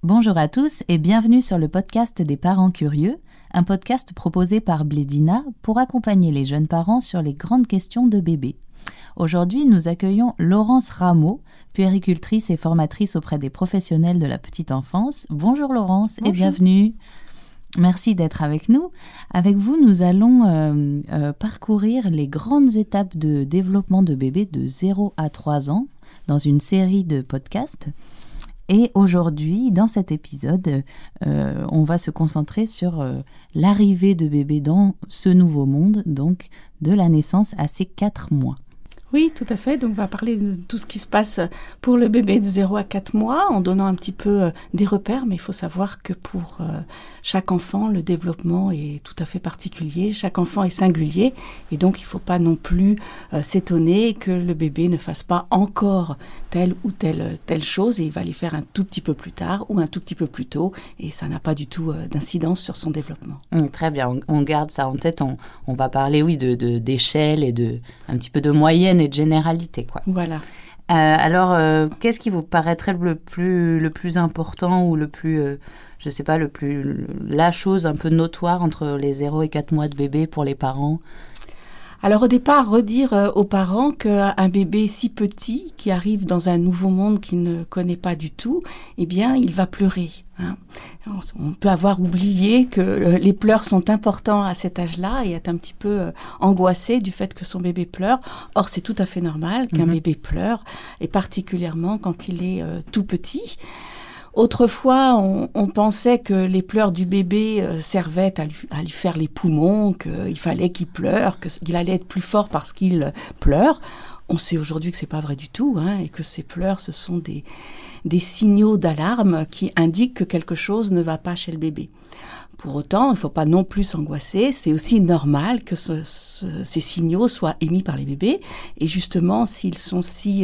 Bonjour à tous et bienvenue sur le podcast des parents curieux, un podcast proposé par Blédina pour accompagner les jeunes parents sur les grandes questions de bébé. Aujourd'hui, nous accueillons Laurence Rameau, puéricultrice et formatrice auprès des professionnels de la petite enfance. Bonjour Laurence. Bonjour. Et bienvenue. Merci d'être avec nous. Avec vous, nous allons parcourir les grandes étapes de développement de bébé de 0 à 3 ans dans une série de podcasts. Et aujourd'hui, dans cet épisode, on va se concentrer sur l'arrivée de bébé dans ce nouveau monde, donc de la naissance à ses 4 mois. Oui, tout à fait. Donc, on va parler de tout ce qui se passe pour le bébé de 0 à 4 mois en donnant un petit peu des repères. Mais il faut savoir que pour chaque enfant, le développement est tout à fait particulier. Chaque enfant est singulier. Et donc, il ne faut pas non plus s'étonner que le bébé ne fasse pas encore telle ou telle chose. Et il va les faire un tout petit peu plus tard ou un tout petit peu plus tôt. Et ça n'a pas du tout d'incidence sur son développement. Très bien. On garde ça en tête. On va parler, oui, d'échelle et un petit peu de moyenne et de généralité, quoi. Voilà. Alors, qu'est-ce qui vous paraîtrait le plus important ou je sais pas, la chose un peu notoire entre les 0 et 4 mois de bébé pour les parents? Alors au départ, redire aux parents qu'un bébé si petit qui arrive dans un nouveau monde qu'il ne connaît pas du tout, eh bien, il va pleurer. On peut avoir oublié que les pleurs sont importants à cet âge-là et être un petit peu angoissé du fait que son bébé pleure. Or, c'est tout à fait normal qu'un bébé pleure, et particulièrement quand il est tout petit. Autrefois, on pensait que les pleurs du bébé servaient à lui faire les poumons, qu'il fallait qu'il pleure, qu'il allait être plus fort parce qu'il pleure. On sait aujourd'hui que c'est pas vrai du tout, et que ces pleurs, ce sont des signaux d'alarme qui indiquent que quelque chose ne va pas chez le bébé. Pour autant, il ne faut pas non plus s'angoisser. C'est aussi normal que ces signaux soient émis par les bébés. Et justement, s'ils sont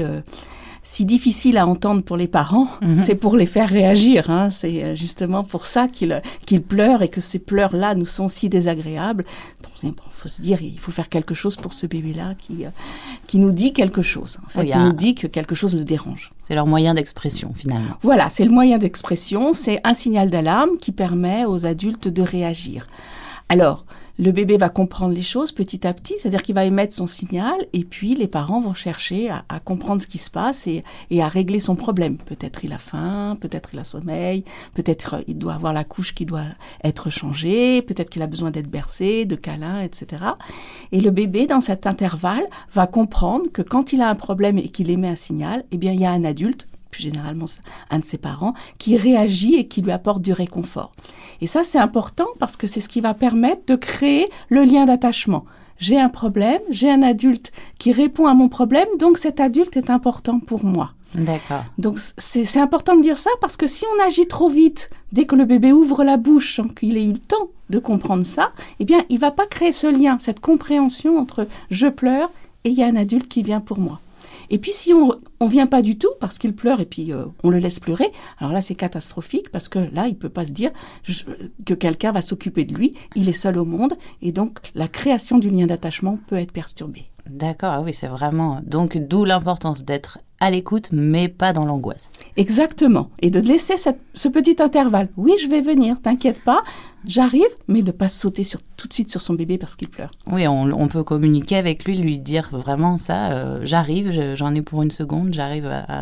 si difficile à entendre pour les parents, c'est pour les faire réagir. C'est justement pour ça qu'ils pleurent et que ces pleurs-là nous sont si désagréables. Il faut se dire, il faut faire quelque chose pour ce bébé-là qui nous dit quelque chose. En fait, il nous dit que quelque chose le dérange. C'est leur moyen d'expression, finalement. Voilà, c'est le moyen d'expression. C'est un signal d'alarme qui permet aux adultes de réagir. Alors, le bébé va comprendre les choses petit à petit, c'est-à-dire qu'il va émettre son signal et puis les parents vont chercher à comprendre ce qui se passe et à régler son problème. Peut-être il a faim, peut-être il a sommeil, peut-être il doit avoir la couche qui doit être changée, peut-être qu'il a besoin d'être bercé, de câlins, etc. Et le bébé, dans cet intervalle, va comprendre que quand il a un problème et qu'il émet un signal, eh bien il y a un adulte, plus généralement un de ses parents, qui réagit et qui lui apporte du réconfort. Et ça, c'est important parce que c'est ce qui va permettre de créer le lien d'attachement. J'ai un problème, j'ai un adulte qui répond à mon problème, donc cet adulte est important pour moi. D'accord. Donc, c'est important de dire ça parce que si on agit trop vite, dès que le bébé ouvre la bouche sans qu'il ait eu le temps de comprendre ça, eh bien, il ne va pas créer ce lien, cette compréhension entre je pleure et il y a un adulte qui vient pour moi. Et puis, si on vient pas du tout parce qu'il pleure et puis on le laisse pleurer, alors là, c'est catastrophique parce que là, il peut pas se dire que quelqu'un va s'occuper de lui. Il est seul au monde et donc la création du lien d'attachement peut être perturbée. D'accord, oui, c'est vraiment... Donc, d'où l'importance d'être à l'écoute, mais pas dans l'angoisse. Exactement. Et de laisser ce petit intervalle. Oui, je vais venir, t'inquiète pas, j'arrive, mais de ne pas sauter tout de suite sur son bébé parce qu'il pleure. Oui, on peut communiquer avec lui dire vraiment ça, j'arrive, j'en ai pour une seconde, j'arrive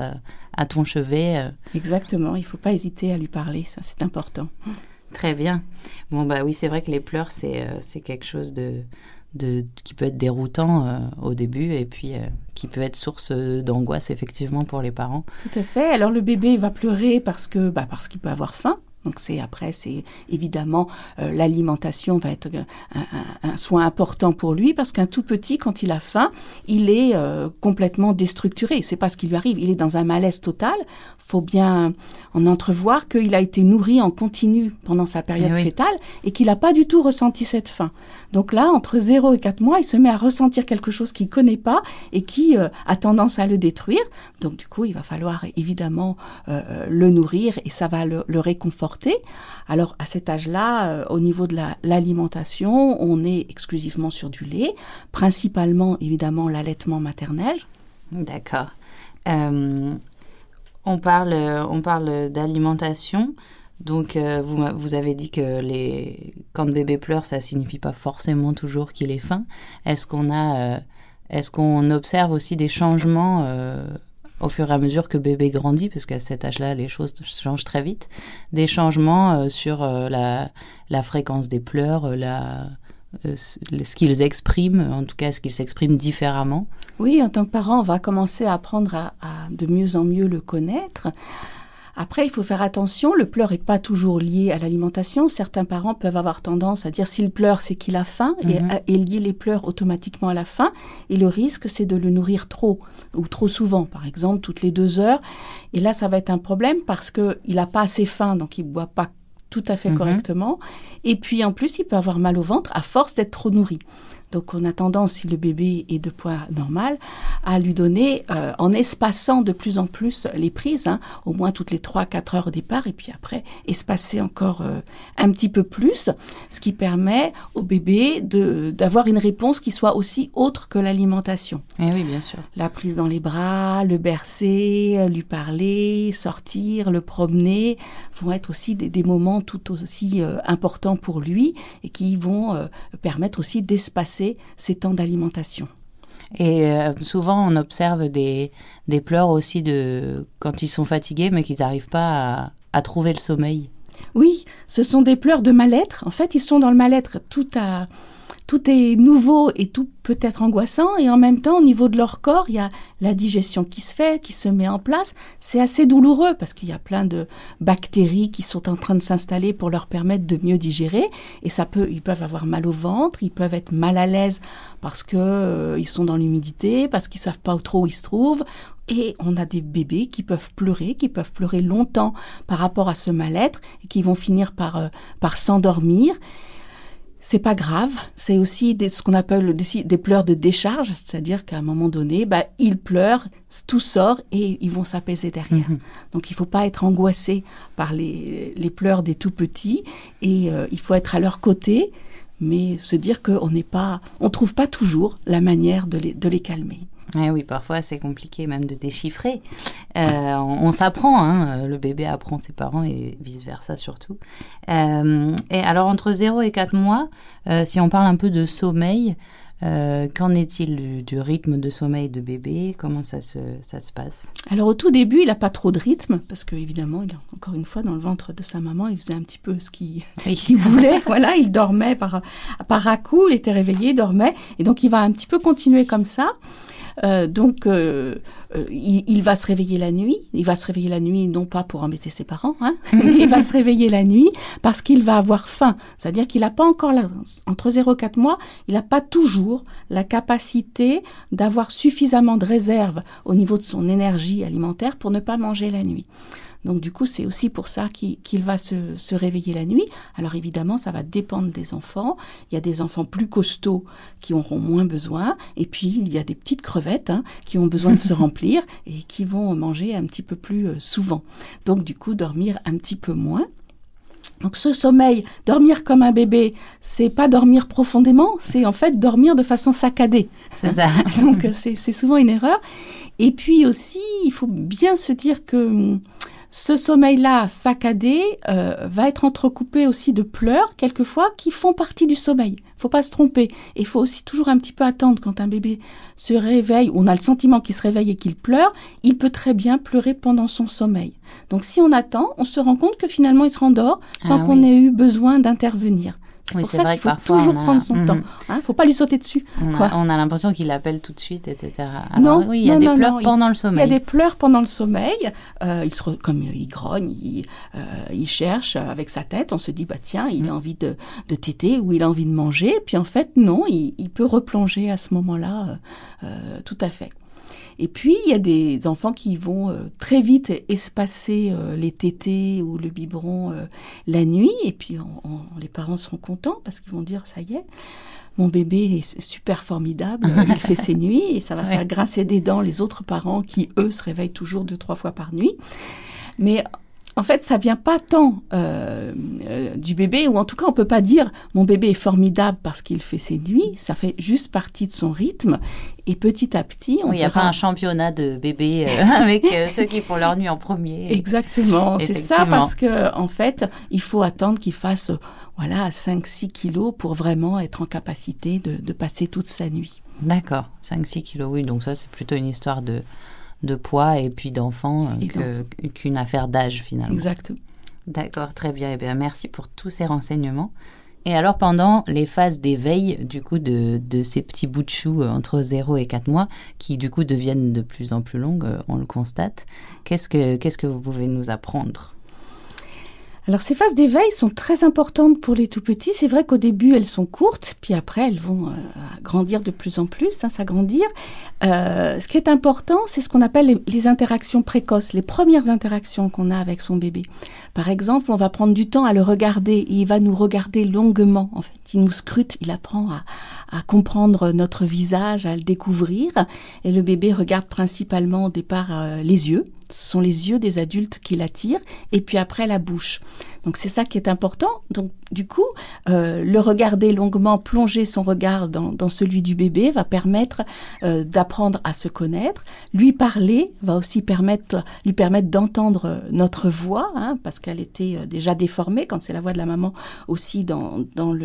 à ton chevet. Exactement, il ne faut pas hésiter à lui parler, ça c'est important. Très bien. Bon, bah oui, c'est vrai que les pleurs, c'est quelque chose qui peut être déroutant au début et puis qui peut être source d'angoisse effectivement pour les parents. Tout à fait. Alors le bébé va pleurer parce qu'il peut avoir faim. Donc c'est évidemment l'alimentation va être un soin important pour lui parce qu'un tout petit, quand il a faim, il est complètement déstructuré. C'est pas ce qui lui arrive. Il est dans un malaise total. Faut bien en entrevoir qu'il a été nourri en continu pendant sa période fétale et qu'il n'a pas du tout ressenti cette faim. Donc là, entre 0 et 4 mois, il se met à ressentir quelque chose qu'il ne connaît pas et qui a tendance à le détruire. Donc du coup, il va falloir évidemment le nourrir et ça va le réconforter. Alors à cet âge-là, au niveau de l'alimentation, on est exclusivement sur du lait, principalement évidemment l'allaitement maternel. D'accord. On parle d'alimentation. Donc, vous avez dit que quand le bébé pleure, ça signifie pas forcément toujours qu'il est faim. Est-ce qu'on observe aussi des changements au fur et à mesure que bébé grandit, parce qu'à cet âge-là, les choses changent très vite, des changements sur la fréquence des pleurs, ce qu'ils expriment, en tout cas, est-ce qu'ils s'expriment différemment? Oui, en tant que parent, on va commencer à apprendre à de mieux en mieux le connaître. Après, il faut faire attention, le pleur n'est pas toujours lié à l'alimentation. Certains parents peuvent avoir tendance à dire s'il pleure, c'est qu'il a faim, et lier les pleurs automatiquement à la faim. Et le risque, c'est de le nourrir trop, ou trop souvent, par exemple, toutes les 2 heures. Et là, ça va être un problème parce qu'il n'a pas assez faim, donc il ne boit pas tout à fait correctement. Et puis, en plus, il peut avoir mal au ventre à force d'être trop nourri. Donc, on a tendance, si le bébé est de poids normal, à lui donner, en espaçant de plus en plus les prises, au moins toutes les 3-4 heures au départ, et puis après, espacer encore un petit peu plus, ce qui permet au bébé d'avoir une réponse qui soit aussi autre que l'alimentation. Eh oui, bien sûr. La prise dans les bras, le bercer, lui parler, sortir, le promener, vont être aussi des moments tout aussi importants pour lui, et qui vont permettre aussi d'espacer ces temps d'alimentation. Et souvent, on observe des pleurs aussi quand ils sont fatigués, mais qu'ils n'arrivent pas à trouver le sommeil. Oui, ce sont des pleurs de mal-être. En fait, ils sont dans le mal-être. Tout est nouveau et tout peut être angoissant. Et en même temps, au niveau de leur corps, il y a la digestion qui se met en place. C'est assez douloureux parce qu'il y a plein de bactéries qui sont en train de s'installer pour leur permettre de mieux digérer. Et ils peuvent avoir mal au ventre, ils peuvent être mal à l'aise parce qu'ils sont dans l'humidité, parce qu'ils ne savent pas trop où ils se trouvent. Et on a des bébés qui peuvent pleurer longtemps par rapport à ce mal-être et qui vont finir par s'endormir. C'est pas grave, c'est aussi ce qu'on appelle des pleurs de décharge, c'est-à-dire qu'à un moment donné, ils pleurent, tout sort et ils vont s'apaiser derrière. Donc il faut pas être angoissé par les pleurs des tout petits et il faut être à leur côté, mais se dire on trouve pas toujours la manière de les calmer. Eh oui, parfois c'est compliqué même de déchiffrer. On s'apprend, le bébé apprend ses parents et vice-versa surtout. Et alors entre 0 et 4 mois, si on parle un peu de sommeil, qu'en est-il du rythme de sommeil de bébé? Comment ça se passe? Alors au tout début, il n'a pas trop de rythme parce qu'évidemment, il est encore une fois dans le ventre de sa maman, il faisait un petit peu ce qu'il voulait. Voilà, il dormait par à-coups, il était réveillé, il dormait. Et donc il va un petit peu continuer comme ça. Il va se réveiller la nuit. Il va se réveiller la nuit, non pas pour embêter ses parents, mais il va se réveiller la nuit parce qu'il va avoir faim. C'est-à-dire qu'il n'a pas encore, entre 0 et 4 mois, il n'a pas toujours la capacité d'avoir suffisamment de réserve au niveau de son énergie alimentaire pour ne pas manger la nuit. Donc du coup, c'est aussi pour ça qu'il va se réveiller la nuit. Alors évidemment, ça va dépendre des enfants. Il y a des enfants plus costauds qui auront moins besoin. Et puis, il y a des petites crevettes qui ont besoin de se remplir et qui vont manger un petit peu plus souvent. Donc du coup, dormir un petit peu moins. Donc ce sommeil, dormir comme un bébé, c'est pas dormir profondément, c'est en fait dormir de façon saccadée. C'est ça. Donc c'est souvent une erreur. Et puis aussi, il faut bien se dire que ce sommeil-là, saccadé, va être entrecoupé aussi de pleurs, quelquefois, qui font partie du sommeil. Il ne faut pas se tromper. Et il faut aussi toujours un petit peu attendre quand un bébé se réveille, on a le sentiment qu'il se réveille et qu'il pleure, il peut très bien pleurer pendant son sommeil. Donc si on attend, on se rend compte que finalement il se rendort sans qu'on ait eu besoin d'intervenir. C'est pour ça qu'il faut toujours prendre son temps. Il ne faut pas lui sauter dessus. On a l'impression qu'il appelle tout de suite, etc. Alors, oui, il y a des pleurs pendant le sommeil. Il y a des pleurs pendant le sommeil. Comme il grogne, il cherche avec sa tête. On se dit, tiens, il a envie de téter ou il a envie de manger. Puis en fait, non, il peut replonger à ce moment-là, tout à fait. Et puis, il y a des enfants qui vont très vite espacer les tétés ou le biberon la nuit. Et puis, les parents seront contents parce qu'ils vont dire, ça y est, mon bébé est super formidable, il fait ses nuits et ça va faire grincer des dents les autres parents qui, eux, se réveillent toujours 2-3 fois par nuit. Mais En fait, ça vient pas tant du bébé, ou en tout cas, on peut pas dire mon bébé est formidable parce qu'il fait ses nuits. Ça fait juste partie de son rythme. Et petit à petit, il n'y a pas un championnat de bébés avec ceux qui font leur nuit en premier. Exactement, c'est ça, parce que en fait, il faut attendre qu'il fasse 5-6 kilos pour vraiment être en capacité de passer toute sa nuit. D'accord, 5-6 kilos, oui, donc ça c'est plutôt une histoire de poids et puis d'enfant qu'une affaire d'âge finalement. Exactement. D'accord, très bien. Eh bien, merci pour tous ces renseignements. Et alors, pendant les phases d'éveil, du coup, de ces petits bouts de chou entre 0 et 4 mois, qui du coup deviennent de plus en plus longues, on le constate, qu'est-ce que vous pouvez nous apprendre ? Alors, ces phases d'éveil sont très importantes pour les tout-petits. C'est vrai qu'au début, elles sont courtes, puis après, elles vont grandir de plus en plus, s'agrandir. Ce qui est important, c'est ce qu'on appelle les interactions précoces, les premières interactions qu'on a avec son bébé. Par exemple, on va prendre du temps à le regarder, et il va nous regarder longuement. En fait, il nous scrute, il apprend à comprendre notre visage, à le découvrir. Et le bébé regarde principalement au départ les yeux. Ce sont les yeux des adultes qui l'attirent, et puis après la bouche. Donc c'est ça qui est important. Donc du coup, le regarder longuement, plonger son regard dans celui du bébé va permettre d'apprendre à se connaître. Lui parler va aussi lui permettre d'entendre notre voix, parce qu'elle était déjà déformée quand c'est la voix de la maman aussi dans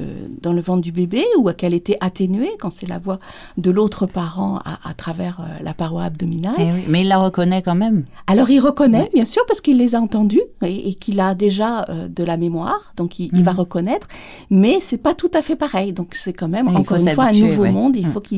le ventre du bébé, ou qu'elle était atténuée quand c'est la voix de l'autre parent à travers la paroi abdominale. Oui, mais il la reconnaît quand même. Alors il reconnaît, bien sûr, parce qu'il les a entendus et qu'il a déjà de la mémoire, donc il va reconnaître, mais c'est pas tout à fait pareil. Donc c'est quand même, encore une fois, un nouveau monde. Il faut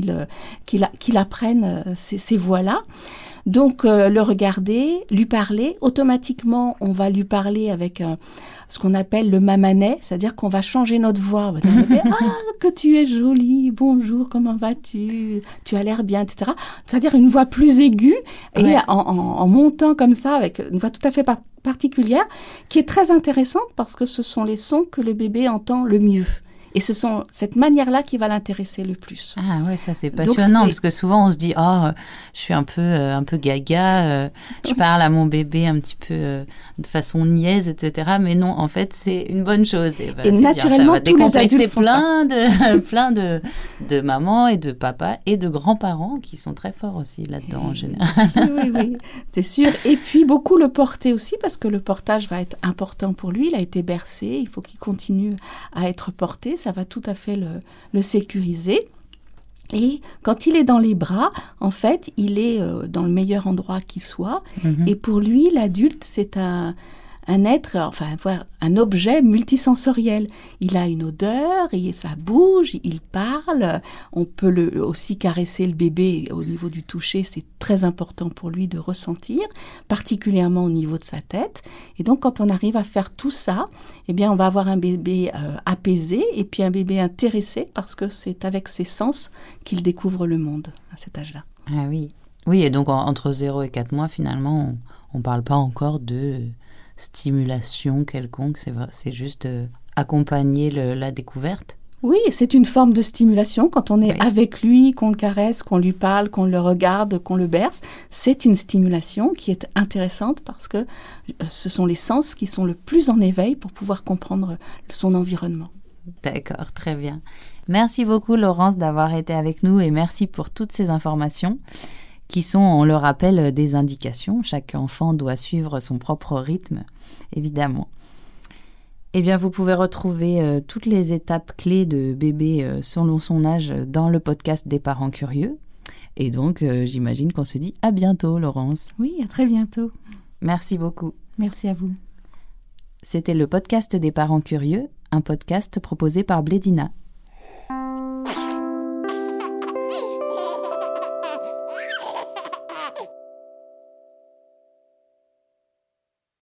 qu'il apprenne ces voix-là. Donc le regarder, lui parler, automatiquement on va lui parler avec ce qu'on appelle le mamanet, c'est-à-dire qu'on va changer notre voix. On va dire, que tu es jolie, bonjour, comment vas-tu, tu as l'air bien, etc. C'est-à-dire une voix plus aiguë et en montant comme ça avec une voix tout à fait particulière qui est très intéressante parce que ce sont les sons que le bébé entend le mieux. Et ce sont cette manière-là qui va l'intéresser le plus. Ah ouais, ça c'est passionnant parce que souvent on se dit je suis un peu gaga, je parle à mon bébé un petit peu de façon niaise, etc. Mais non, en fait c'est une bonne chose. Et naturellement, tous les adultes font ça. plein de mamans et de papas et de grands-parents qui sont très forts aussi là-dedans en général. Oui, c'est sûr. Et puis beaucoup le porter aussi parce que le portage va être important pour lui. Il a été bercé, il faut qu'il continue à être porté. Ça va tout à fait le sécuriser. Et quand il est dans les bras, en fait, il est dans le meilleur endroit qui soit. Mm-hmm. Et pour lui, l'adulte, c'est un être, un objet multisensoriel. Il a une odeur, ça bouge, il parle. On peut aussi caresser le bébé au niveau du toucher. C'est très important pour lui de ressentir, particulièrement au niveau de sa tête. Et donc, quand on arrive à faire tout ça, eh bien, on va avoir un bébé apaisé et puis un bébé intéressé parce que c'est avec ses sens qu'il découvre le monde à cet âge-là. Ah oui. Oui, et donc entre 0 et 4 mois, finalement, on ne parle pas encore de stimulation quelconque, c'est juste accompagner la découverte. Oui, c'est une forme de stimulation. Quand on est avec lui, qu'on le caresse, qu'on lui parle, qu'on le regarde, qu'on le berce, c'est une stimulation qui est intéressante parce que ce sont les sens qui sont le plus en éveil pour pouvoir comprendre son environnement. D'accord, très bien. Merci beaucoup Laurence d'avoir été avec nous et merci pour toutes ces informations qui sont, on le rappelle, des indications. Chaque enfant doit suivre son propre rythme, évidemment. Eh bien, vous pouvez retrouver toutes les étapes clés de bébé selon son âge dans le podcast des parents curieux. Et donc, j'imagine qu'on se dit à bientôt, Laurence. Oui, à très bientôt. Merci beaucoup. Merci à vous. C'était le podcast des parents curieux, un podcast proposé par Blédina.